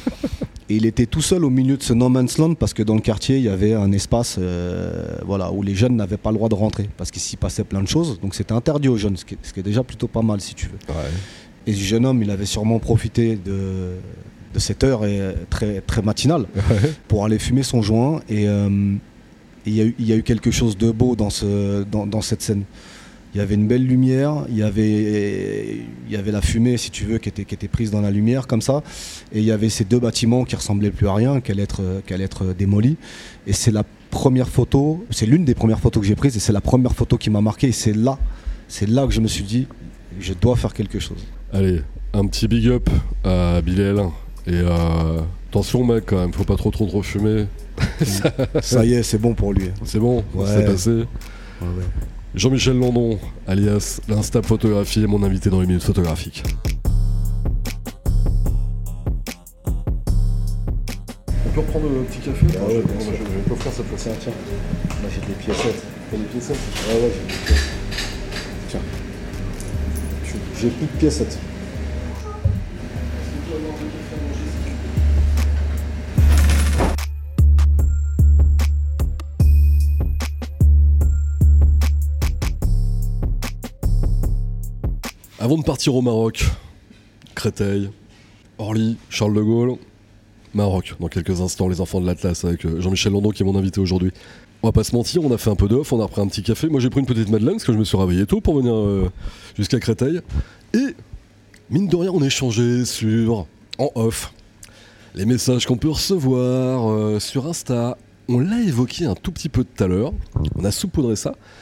Et il était tout seul au milieu de ce no man's land parce que dans le quartier, il y avait un espace euh, voilà, où les jeunes n'avaient pas le droit de rentrer parce qu'il s'y passait plein de choses. Donc c'était interdit aux jeunes, ce qui est, ce qui est déjà plutôt pas mal si tu veux. Ouais. Et ce jeune homme, il avait sûrement profité de, de cette heure et, très, très matinale ouais. pour aller fumer son joint. Et euh, il y, y a eu quelque chose de beau dans, ce, dans, dans cette scène. Il y avait une belle lumière, il y avait, il y avait la fumée, si tu veux, qui était, qui était prise dans la lumière, comme ça. Et il y avait ces deux bâtiments qui ressemblaient plus à rien, qui allaient être, qui allaient être démolis. Et c'est la première photo, c'est l'une des premières photos que j'ai prises, et c'est la première photo qui m'a marqué. Et c'est là, c'est là que je me suis dit, je dois faire quelque chose. Allez, un petit big up à Bilal. Et euh, attention mec, quand même, faut pas trop trop trop fumer. ça... ça y est, c'est bon pour lui. C'est bon, ouais. C'est passé. Ouais, ouais. Jean-Michel Landon, alias l'Insta Photographie, est mon invité dans les minutes photographiques. On peut reprendre le petit café là? Ah ouais, je, je, je vais t'offrir cette fois-ci. Tiens, là j'ai des piécettes. T'as des piécettes? Ouais, ouais, j'ai des piécettes. Tiens. J'ai plus de piécettes. Avant de partir au Maroc, Créteil, Orly, Charles de Gaulle, Maroc, dans quelques instants, les enfants de l'Atlas avec Jean-Michel Landon qui est mon invité aujourd'hui. On va pas se mentir, on a fait un peu d'off, on a repris un petit café. Moi j'ai pris une petite madeleine parce que je me suis réveillé tôt pour venir euh, jusqu'à Créteil. Et mine de rien, on échangeait sur, en off, les messages qu'on peut recevoir euh, sur Insta. On l'a évoqué un tout petit peu tout à l'heure, on a saupoudré ça.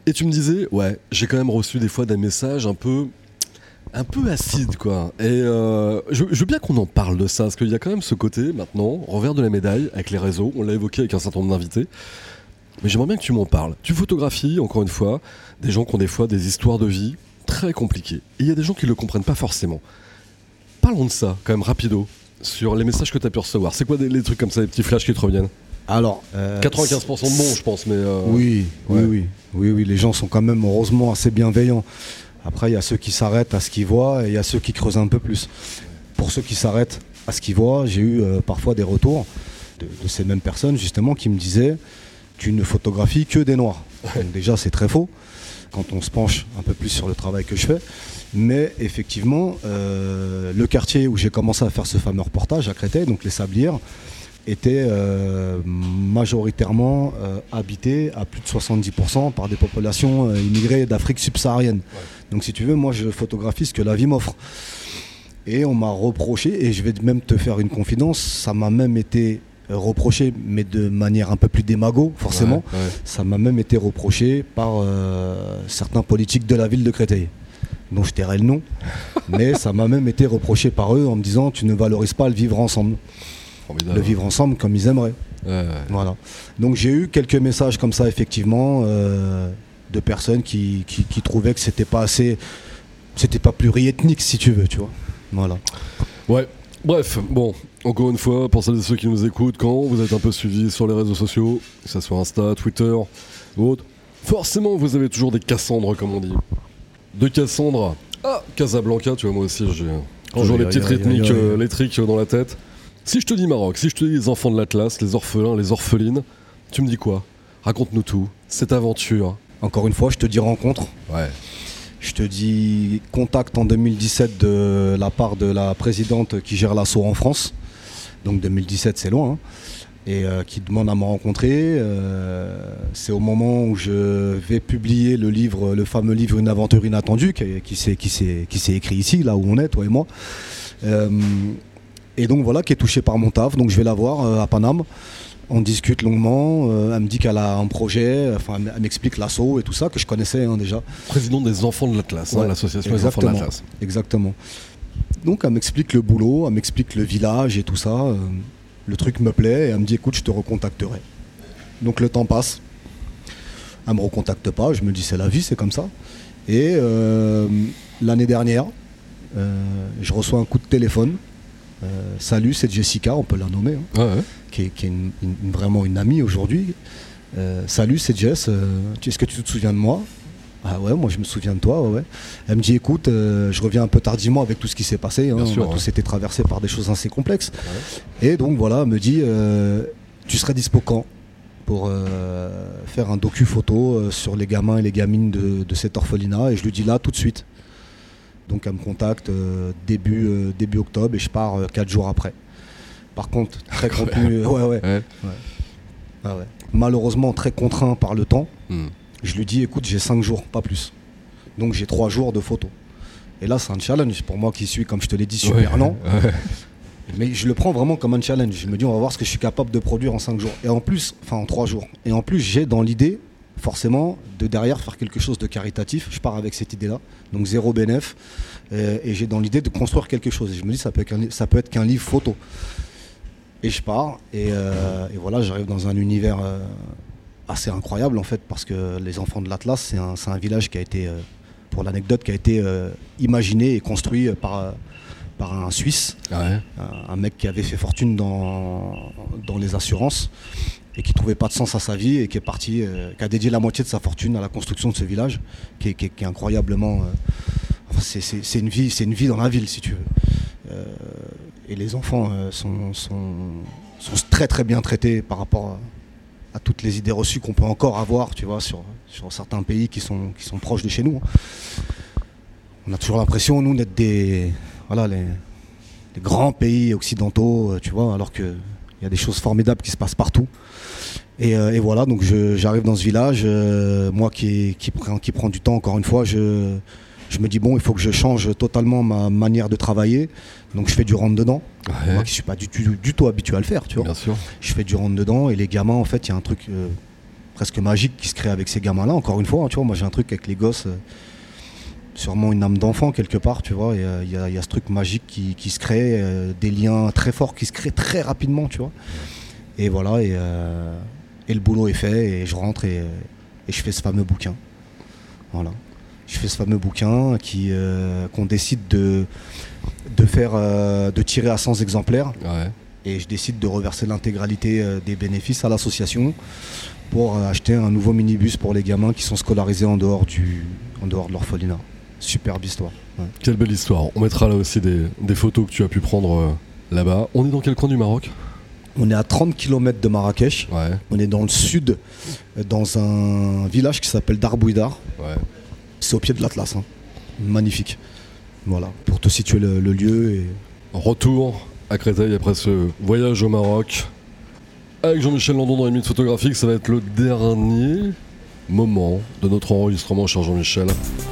Et tu me disais, ouais, j'ai quand même reçu des fois des messages un peu, un peu acides, quoi. Et euh, je, je veux bien qu'on en parle de ça, parce qu'il y a quand même ce côté, maintenant, revers de la médaille, avec les réseaux, on l'a évoqué avec un certain nombre d'invités, mais j'aimerais bien que tu m'en parles. Tu photographies, encore une fois, des gens qui ont des fois des histoires de vie très compliquées. Et il y a des gens qui ne le comprennent pas forcément. Parlons de ça, quand même, rapido, sur les messages que tu as pu recevoir. C'est quoi des, les trucs comme ça, les petits flashs qui te reviennent ? Alors, euh, quatre-vingt-quinze pour cent de non, je pense, mais... Euh, oui, ouais. oui, oui, oui, oui, les gens sont quand même heureusement assez bienveillants. Après, il y a ceux qui s'arrêtent à ce qu'ils voient et il y a ceux qui creusent un peu plus. Pour ceux qui s'arrêtent à ce qu'ils voient, j'ai eu euh, parfois des retours de, de ces mêmes personnes, justement, qui me disaient « tu ne photographies que des noirs ». Donc déjà, c'est très faux, quand on se penche un peu plus sur le travail que je fais. Mais effectivement, euh, le quartier où j'ai commencé à faire ce fameux reportage à Créteil, donc les Sablières, était euh, majoritairement euh, habité à plus de soixante-dix pour cent par des populations euh, immigrées d'Afrique subsaharienne. Ouais. Donc si tu veux, moi je photographie ce que la vie m'offre. Et on m'a reproché, et je vais même te faire une confidence, ça m'a même été reproché, mais de manière un peu plus démago, forcément, ouais, ouais. Ça m'a même été reproché par euh, certains politiques de la ville de Créteil, dont je tairai le nom, mais ça m'a même été reproché par eux en me disant « tu ne valorises pas le vivre ensemble ». Le vivre ensemble comme ils aimeraient. Ouais, ouais. Voilà. Donc j'ai eu quelques messages comme ça effectivement euh, de personnes qui, qui, qui trouvaient que c'était pas assez, c'était pas pluriethnique si tu veux, tu vois. Voilà. Ouais. Bref, bon, encore une fois, pour celles et ceux qui nous écoutent, quand vous êtes un peu suivis sur les réseaux sociaux, que ce soit Insta, Twitter ou autre, forcément vous avez toujours des Cassandres comme on dit. De Cassandre à Casablanca, tu vois, moi aussi j'ai toujours oh, les petites rythmiques, euh, les tricks dans la tête. Si je te dis Maroc, si je te dis les enfants de l'Atlas, les orphelins, les orphelines, tu me dis quoi ? Raconte-nous tout, cette aventure. Encore une fois, je te dis rencontre. Ouais. Je te dis contact en deux mille dix-sept de la part de la présidente qui gère l'assaut en France. Donc deux mille dix-sept, c'est loin. Hein. Et euh, qui demande à me rencontrer. Euh, c'est au moment où je vais publier le livre, le fameux livre Une aventure inattendue, qui, qui, s'est, qui, s'est, qui s'est écrit ici, là où on est, toi et moi. Euh, Et donc voilà, qui est touchée par mon taf, donc je vais la voir euh, à Paname. On discute longuement, euh, elle me dit qu'elle a un projet, enfin elle m'explique l'assaut et tout ça, que je connaissais hein, déjà. Président des enfants de l'Atlas, ouais, hein, l'association des enfants de l'Atlas. Exactement. Donc elle m'explique le boulot, elle m'explique le village et tout ça. Euh, le truc me plaît et elle me dit écoute, je te recontacterai. Donc le temps passe, elle me recontacte pas, je me dis c'est la vie, c'est comme ça. Et euh, l'année dernière, euh, je reçois un coup de téléphone. Euh, salut, c'est Jessica, on peut la nommer, hein, ouais, ouais. qui est, qui est une, une, vraiment une amie aujourd'hui. Euh, salut, c'est Jess, euh, est-ce que tu te souviens de moi ? Ah ouais, moi je me souviens de toi, ouais, ouais. Elle me dit écoute, euh, je reviens un peu tardivement avec tout ce qui s'est passé, hein, sûr, on a ouais. tous été traversés par des choses assez complexes. Ouais. Et donc voilà, elle me dit euh, tu serais dispo quand pour euh, faire un docu-photo euh, sur les gamins et les gamines de, de cet orphelinat ? Et je lui dis là, tout de suite. Donc elle me contacte euh, début, euh, début octobre et je pars euh, quatre jours après. Par contre, très contenu, euh, ouais, ouais. Ouais. Ouais. Ah ouais. Malheureusement très contraint par le temps. Mm. Je lui dis écoute, j'ai cinq jours, pas plus. Donc j'ai trois jours de photos. Et là c'est un challenge pour moi qui suis, comme je te l'ai dit, super ouais. lent. Ouais. Mais je le prends vraiment comme un challenge. Je me dis on va voir ce que je suis capable de produire en cinq jours. Et en plus, enfin en trois jours. Et en plus j'ai dans l'idée forcément de derrière faire quelque chose de caritatif. Je pars avec cette idée-là, donc zéro bénéf, euh, et j'ai dans l'idée de construire quelque chose. Et je me dis ça peut être qu'un, ça peut être qu'un livre photo. Et je pars, et, euh, et voilà, j'arrive dans un univers euh, assez incroyable en fait, parce que les enfants de l'Atlas, c'est un, c'est un village qui a été, euh, pour l'anecdote, qui a été euh, imaginé et construit par, euh, par un Suisse, ah ouais. un, un mec qui avait fait fortune dans, dans les assurances, et qui ne trouvait pas de sens à sa vie et qui est parti, euh, qui a dédié la moitié de sa fortune à la construction de ce village, qui est, qui est, qui est incroyablement... Euh, enfin, c'est, c'est, c'est, une vie, c'est une vie dans la ville, si tu veux. Euh, et les enfants euh, sont, sont, sont très très bien traités par rapport à, à toutes les idées reçues qu'on peut encore avoir, tu vois, sur, sur certains pays qui sont, qui sont proches de chez nous. On a toujours l'impression, nous, d'être des, voilà, les, les grands pays occidentaux, tu vois, alors que il y a des choses formidables qui se passent partout. Et, euh, et voilà, donc je, j'arrive dans ce village, euh, moi qui, qui, prend, qui prend du temps, encore une fois, je, je me dis bon, il faut que je change totalement ma manière de travailler. Donc je fais du rentre-dedans, ouais. Moi qui ne suis pas du, du, du tout habitué à le faire, tu vois. Bien sûr. Je fais du rentre-dedans et les gamins, en fait, il y a un truc... Euh, presque magique qui se crée avec ces gamins-là. Encore une fois, hein, tu vois, moi j'ai un truc avec les gosses, euh, sûrement une âme d'enfant quelque part, tu vois. Il y, y, y a ce truc magique qui, qui se crée, euh, des liens très forts qui se créent très rapidement, tu vois. Et voilà, et, euh, et le boulot est fait, et je rentre et, et je fais ce fameux bouquin. Voilà. Je fais ce fameux bouquin qui, euh, qu'on décide de, de faire, euh, de tirer à cent exemplaires. Ouais. Et je décide de reverser l'intégralité euh, des bénéfices à l'association pour euh, acheter un nouveau minibus pour les gamins qui sont scolarisés en dehors, du, en dehors de l'orphelinat. Superbe histoire. Ouais. Quelle belle histoire. On mettra là aussi des, des photos que tu as pu prendre euh, là-bas. On est dans quel coin du Maroc ? On est à trente kilomètres de Marrakech. Ouais. On est dans le sud, dans un village qui s'appelle Darbouidar. Ouais. C'est au pied de l'Atlas. Hein. Magnifique. Voilà, pour te situer le, le lieu. Et... Retour à Créteil après ce voyage au Maroc. Avec Jean-Michel Landon dans les minutes photographiques, ça va être le dernier moment de notre enregistrement, cher Jean-Michel.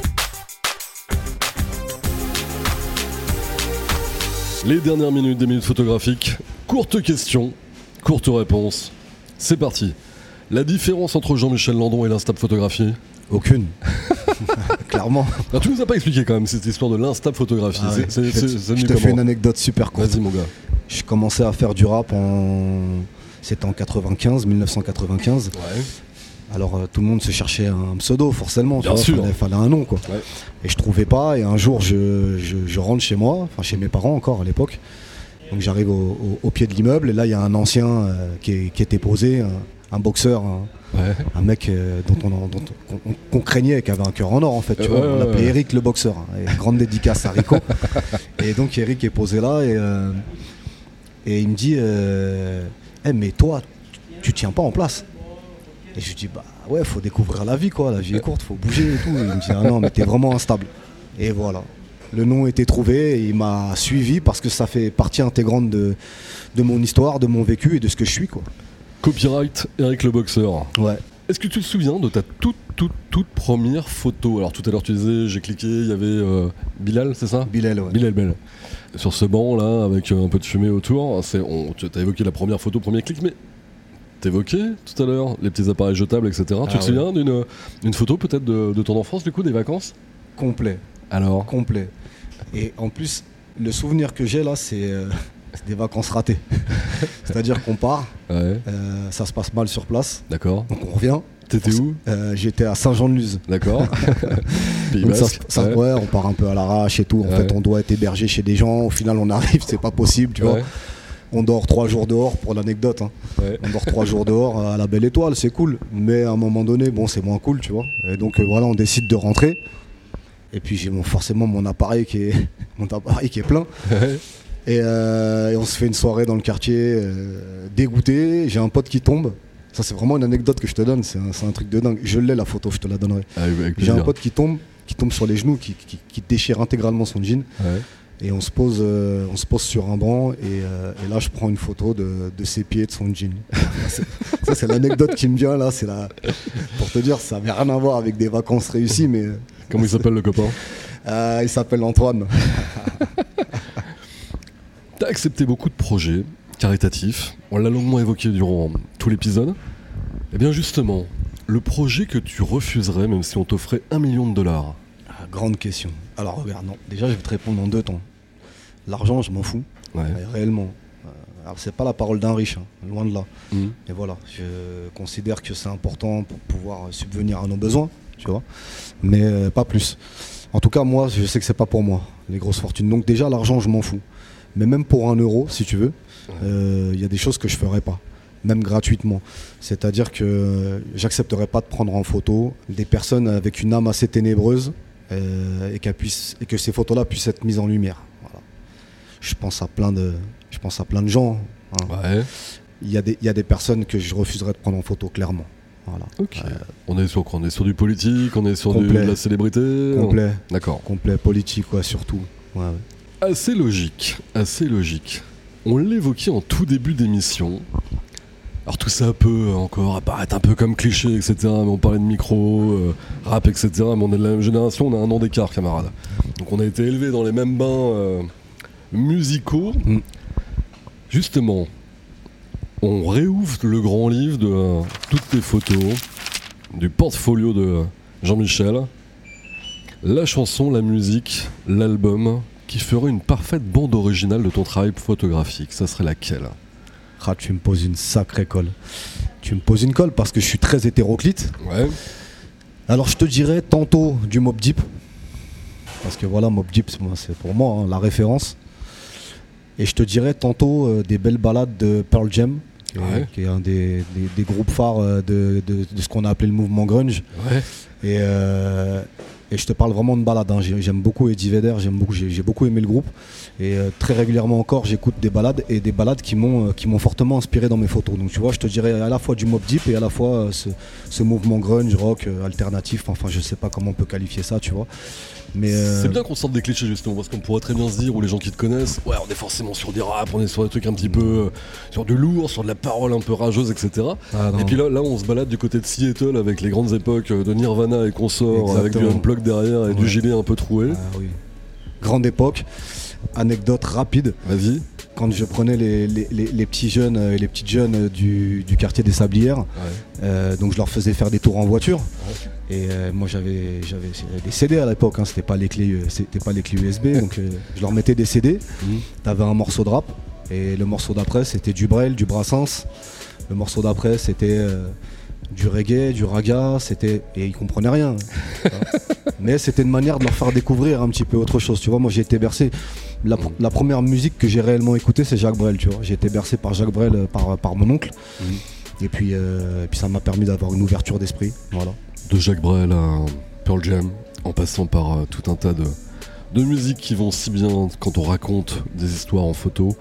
Les dernières minutes des minutes photographiques. Courte question, courte réponse. C'est parti. La différence entre Jean-Michel Landon et l'Instab Photographie ? Aucune. Clairement. Alors, tu nous as pas expliqué quand même cette histoire de l'Instab Photographie. Ah ouais. c'est, c'est, je, c'est, c'est je te fais une anecdote super courte. Vas-y mon gars. Je commençais à faire du rap en... C'était en quatre-vingt-quinze, dix-neuf cent quatre-vingt-quinze. Ouais. Alors euh, tout le monde se cherchait un pseudo forcément. Bien tu vois, sûr. Fallait, fallait un nom quoi. Ouais. Et je trouvais pas. Et un jour je, je, je rentre chez moi, enfin chez mes parents encore à l'époque. Donc j'arrive au, au, au pied de l'immeuble et là il y a un ancien euh, qui, est, qui était posé, un, un boxeur, un, Ouais. un mec euh, dont on, dont on, qu'on, qu'on craignait, qui avait un cœur en or en fait. Tu Euh, vois, ouais, on ouais, l'appelait ouais. Eric le boxeur. Hein, et grande dédicace à Rico. Et donc Eric est posé là et, euh, et il me dit euh, hey, mais toi tu tiens pas en place. Et je lui dis bah ouais, faut découvrir la vie quoi, la vie est courte, faut bouger et tout. Et il me dit ah non mais t'es vraiment instable. Et voilà, le nom était trouvé et il m'a suivi parce que ça fait partie intégrante de, de mon histoire, de mon vécu et de ce que je suis quoi. Copyright Eric le boxeur. Ouais. Est-ce que tu te souviens de ta toute toute toute première photo ? Alors tout à l'heure tu disais j'ai cliqué, il y avait euh, Bilal, c'est ça ? Bilal, ouais. Bilal Bell. Sur ce banc là avec un peu de fumée autour, c'est, on, tu as évoqué la première photo, premier clic, mais t'évoquais tout à l'heure les petits appareils jetables, et cetera. Ah tu te ouais. souviens d'une une photo peut-être de, de ton enfance du coup, des vacances ? Complet. Alors ? Complet. Et en plus, le souvenir que j'ai là, c'est, euh, c'est des vacances ratées. C'est-à-dire qu'on part, Ouais, euh, ça se passe mal sur place, d'accord. donc on revient. T'étais où ? Euh, j'étais à Saint-Jean-de-Luz. D'accord. Pays Donc ça, Basque. ça, ouais. ouais, on part un peu à l'arrache et tout. En Ouais. fait, on doit être hébergé chez des gens. Au final, on arrive, c'est pas possible, tu vois. Ouais, On dort trois jours dehors pour l'anecdote. Hein. ouais. On dort trois jours dehors à la Belle Étoile, c'est cool. Mais à un moment donné, bon, c'est moins cool, tu vois. Et donc euh, voilà, on décide de rentrer. Et puis j'ai mon, forcément mon appareil qui est, mon appareil qui est plein. Ouais. Et, euh, et on se fait une soirée dans le quartier, euh, dégoûté. J'ai un pote qui tombe. Ça, c'est vraiment une anecdote que je te donne. C'est un, c'est un truc de dingue. Je l'ai la photo, je te la donnerai. Avec, avec J'ai un plaisir. pote qui tombe, qui tombe sur les genoux, qui, qui, qui déchire intégralement son jean. Ouais. Et on se pose, euh, on se pose sur un banc. Et, euh, et là, je prends une photo de, de ses pieds, de son jean. C'est- ça, c'est l'anecdote qui me vient là. C'est la... Pour te dire, ça n'avait rien à voir avec des vacances réussies, mais Comment il s'appelle le copain ? euh, il s'appelle Antoine. T'as accepté beaucoup de projets caritatifs, on l'a longuement évoqué durant tout l'épisode. Et bien justement, le projet que tu refuserais même si on t'offrait un million de dollars. Ah, grande question. Alors regarde, non. Déjà, je vais te répondre en deux temps. L'argent, je m'en fous, Ouais. mais réellement. Euh, alors, c'est pas la parole d'un riche, hein, loin de là. Mhm. Et voilà, je considère que c'est important pour pouvoir subvenir à nos besoins, tu vois. Mais euh, pas plus. En tout cas, moi, je sais que c'est pas pour moi, les grosses fortunes. Donc déjà, l'argent, je m'en fous. Mais même pour un euro, si tu veux, il euh, y a des choses que je ferais pas, même gratuitement. C'est-à-dire que euh, j'accepterais pas de prendre en photo des personnes avec une âme assez ténébreuse euh, et, qu'elles puissent, et que ces photos-là puissent être mises en lumière. Voilà. Je pense à plein de, je pense à plein de gens. Hein. Ouais. Il y a des, il y a des personnes que je refuserais de prendre en photo, clairement. Voilà. Ok. On est sur quoi ? On est sur du politique, on est sur du- Complet. de la célébrité. Complet, on- D'accord. complet, politique, ouais, surtout. Ouais, ouais. Assez logique, assez logique. On l'évoquait en tout début d'émission. Alors tout ça peut encore apparaître un peu comme cliché, et cetera. Mais on parlait de micro, euh, rap, et cetera. Mais on est de la même génération, on a un an d'écart, camarades. Donc on a été élevés dans les mêmes bains euh, musicaux. Mm. Justement, on réouvre le grand livre de euh, toutes tes photos. du portfolio de Jean-Michel. La chanson, la musique, l'album qui ferait une parfaite bande originale de ton travail photographique, ça serait laquelle ? Ah, tu me poses une sacrée colle. Tu me poses une colle parce que je suis très hétéroclite. Ouais. Alors je te dirais tantôt du Mobb Deep. Parce que voilà, Mobb Deep, c'est pour moi hein, la référence. Et je te dirais tantôt euh, des belles ballades de Pearl Jam, qui, ouais. est, qui est un des, des, des groupes phares de, de, de ce qu'on a appelé le mouvement grunge. Ouais. Et, euh, et je te parle vraiment de balades. Hein. J'aime beaucoup Eddie Vedder, j'aime beaucoup, j'ai, j'ai beaucoup aimé le groupe. Et euh, très régulièrement encore, j'écoute des balades et des balades qui m'ont, euh, qui m'ont fortement inspiré dans mes photos. Donc tu vois, je te dirais à la fois du Mobb Deep et à la fois euh, ce, ce mouvement grunge, rock, euh, alternatif. Enfin, je sais pas comment on peut qualifier ça, tu vois. Mais euh... c'est bien qu'on sorte des clichés justement, parce qu'on pourrait très bien se dire, ou les gens qui te connaissent, ouais, on est forcément sur des rap, on est sur des trucs un petit peu, euh, sur du lourd, sur de la parole un peu rageuse, et cetera. Ah, et puis là, là, on se balade du côté de Seattle avec les grandes époques de Nirvana et consorts, exactement. Avec du unplug derrière et ouais. du gilet un peu troué. Ah, oui. Grande époque. Anecdote rapide. Vas-y. Quand je prenais les, les, les, les petits jeunes et les petites jeunes du, du quartier des Sablières, ouais. euh, donc je leur faisais faire des tours en voiture. Ouais. Et euh, moi j'avais, j'avais des C D à l'époque, hein, c'était pas les clés, c'était pas les clés U S B, donc euh, je leur mettais des C D. Mmh. T'avais un morceau de rap et le morceau d'après c'était du Brel, du Brassens. Le morceau d'après c'était euh, du reggae, du raga, c'était et ils comprenaient rien. Mais c'était une manière de leur faire découvrir un petit peu autre chose. Tu vois, moi j'ai été bercé. La, la première musique que j'ai réellement écoutée, c'est Jacques Brel, tu vois. J'ai été bercé par Jacques Brel euh, par, par mon oncle. Mmh. Et, puis, euh, et puis ça m'a permis d'avoir une ouverture d'esprit. Voilà. De Jacques Brel à Pearl Jam, en passant par euh, tout un tas de, de musiques qui vont si bien quand on raconte des histoires en photo.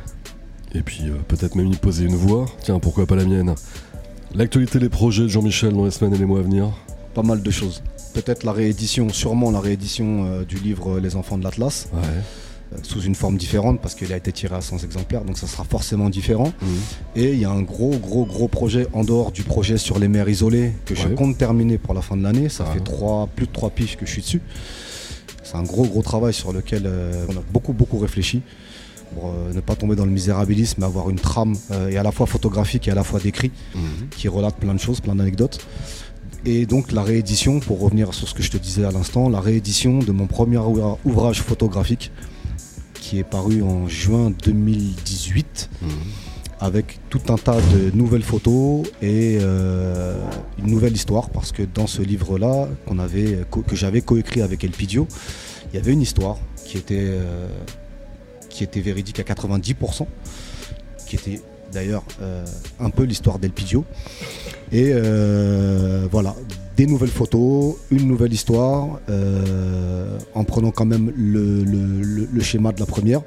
Et puis euh, peut-être même y poser une voix. Tiens, pourquoi pas la mienne. L'actualité, les projets de Jean-Michel dans les semaines et les mois à venir. Pas mal de choses. Peut-être la réédition, sûrement la réédition euh, du livre Les enfants de l'Atlas. Ouais. Sous une forme différente parce qu'il a été tiré à cent exemplaires, donc ça sera forcément différent. Mmh. Et il y a un gros gros gros projet en dehors du projet sur les mers isolées que ouais. je compte terminer pour la fin de l'année. Ça ah. fait trois, plus de trois piges que je suis dessus. C'est un gros gros travail sur lequel euh, on a beaucoup beaucoup réfléchi pour euh, ne pas tomber dans le misérabilisme, mais avoir une trame euh, et à la fois photographique et à la fois d'écrit mmh. qui relate plein de choses, plein d'anecdotes. Et donc la réédition, pour revenir sur ce que je te disais à l'instant, la réédition de mon premier ouvrage photographique qui est paru en juin deux mille dix-huit mmh. avec tout un tas de nouvelles photos et euh, une nouvelle histoire, parce que dans ce livre-là qu'on avait, que j'avais coécrit avec Elpidio, il y avait une histoire qui était, euh, qui était véridique à quatre-vingt-dix pour cent, qui était d'ailleurs euh, un peu l'histoire d'Elpidio. Et euh, voilà, des nouvelles photos, une nouvelle histoire, euh, en prenant quand même le, le, le, le schéma de la première,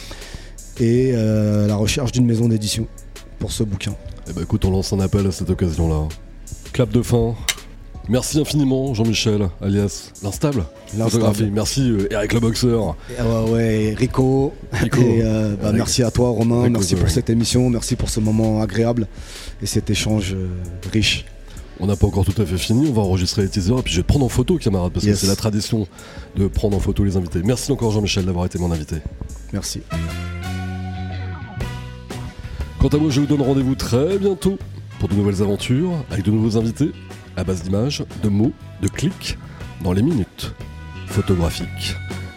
et euh, la recherche d'une maison d'édition pour ce bouquin. Eh ben écoute, on lance un appel à cette occasion-là. Clap de fin. Merci infiniment Jean-Michel, alias l'Instable. L'instable. Merci euh, Eric le boxeur. Et, ouais, ouais, Rico. Rico. Et, euh, bah, merci à toi Romain, Rico, merci pour ouais. cette émission, merci pour ce moment agréable et cet échange euh, riche. On n'a pas encore tout à fait fini, on va enregistrer les teasers et puis je vais te prendre en photo camarade, parce yes. que c'est la tradition de prendre en photo les invités. Merci encore Jean-Michel d'avoir été mon invité. Merci. Quant à moi, je vous donne rendez-vous très bientôt pour de nouvelles aventures avec de nouveaux invités à base d'images, de mots, de clics dans les minutes photographiques.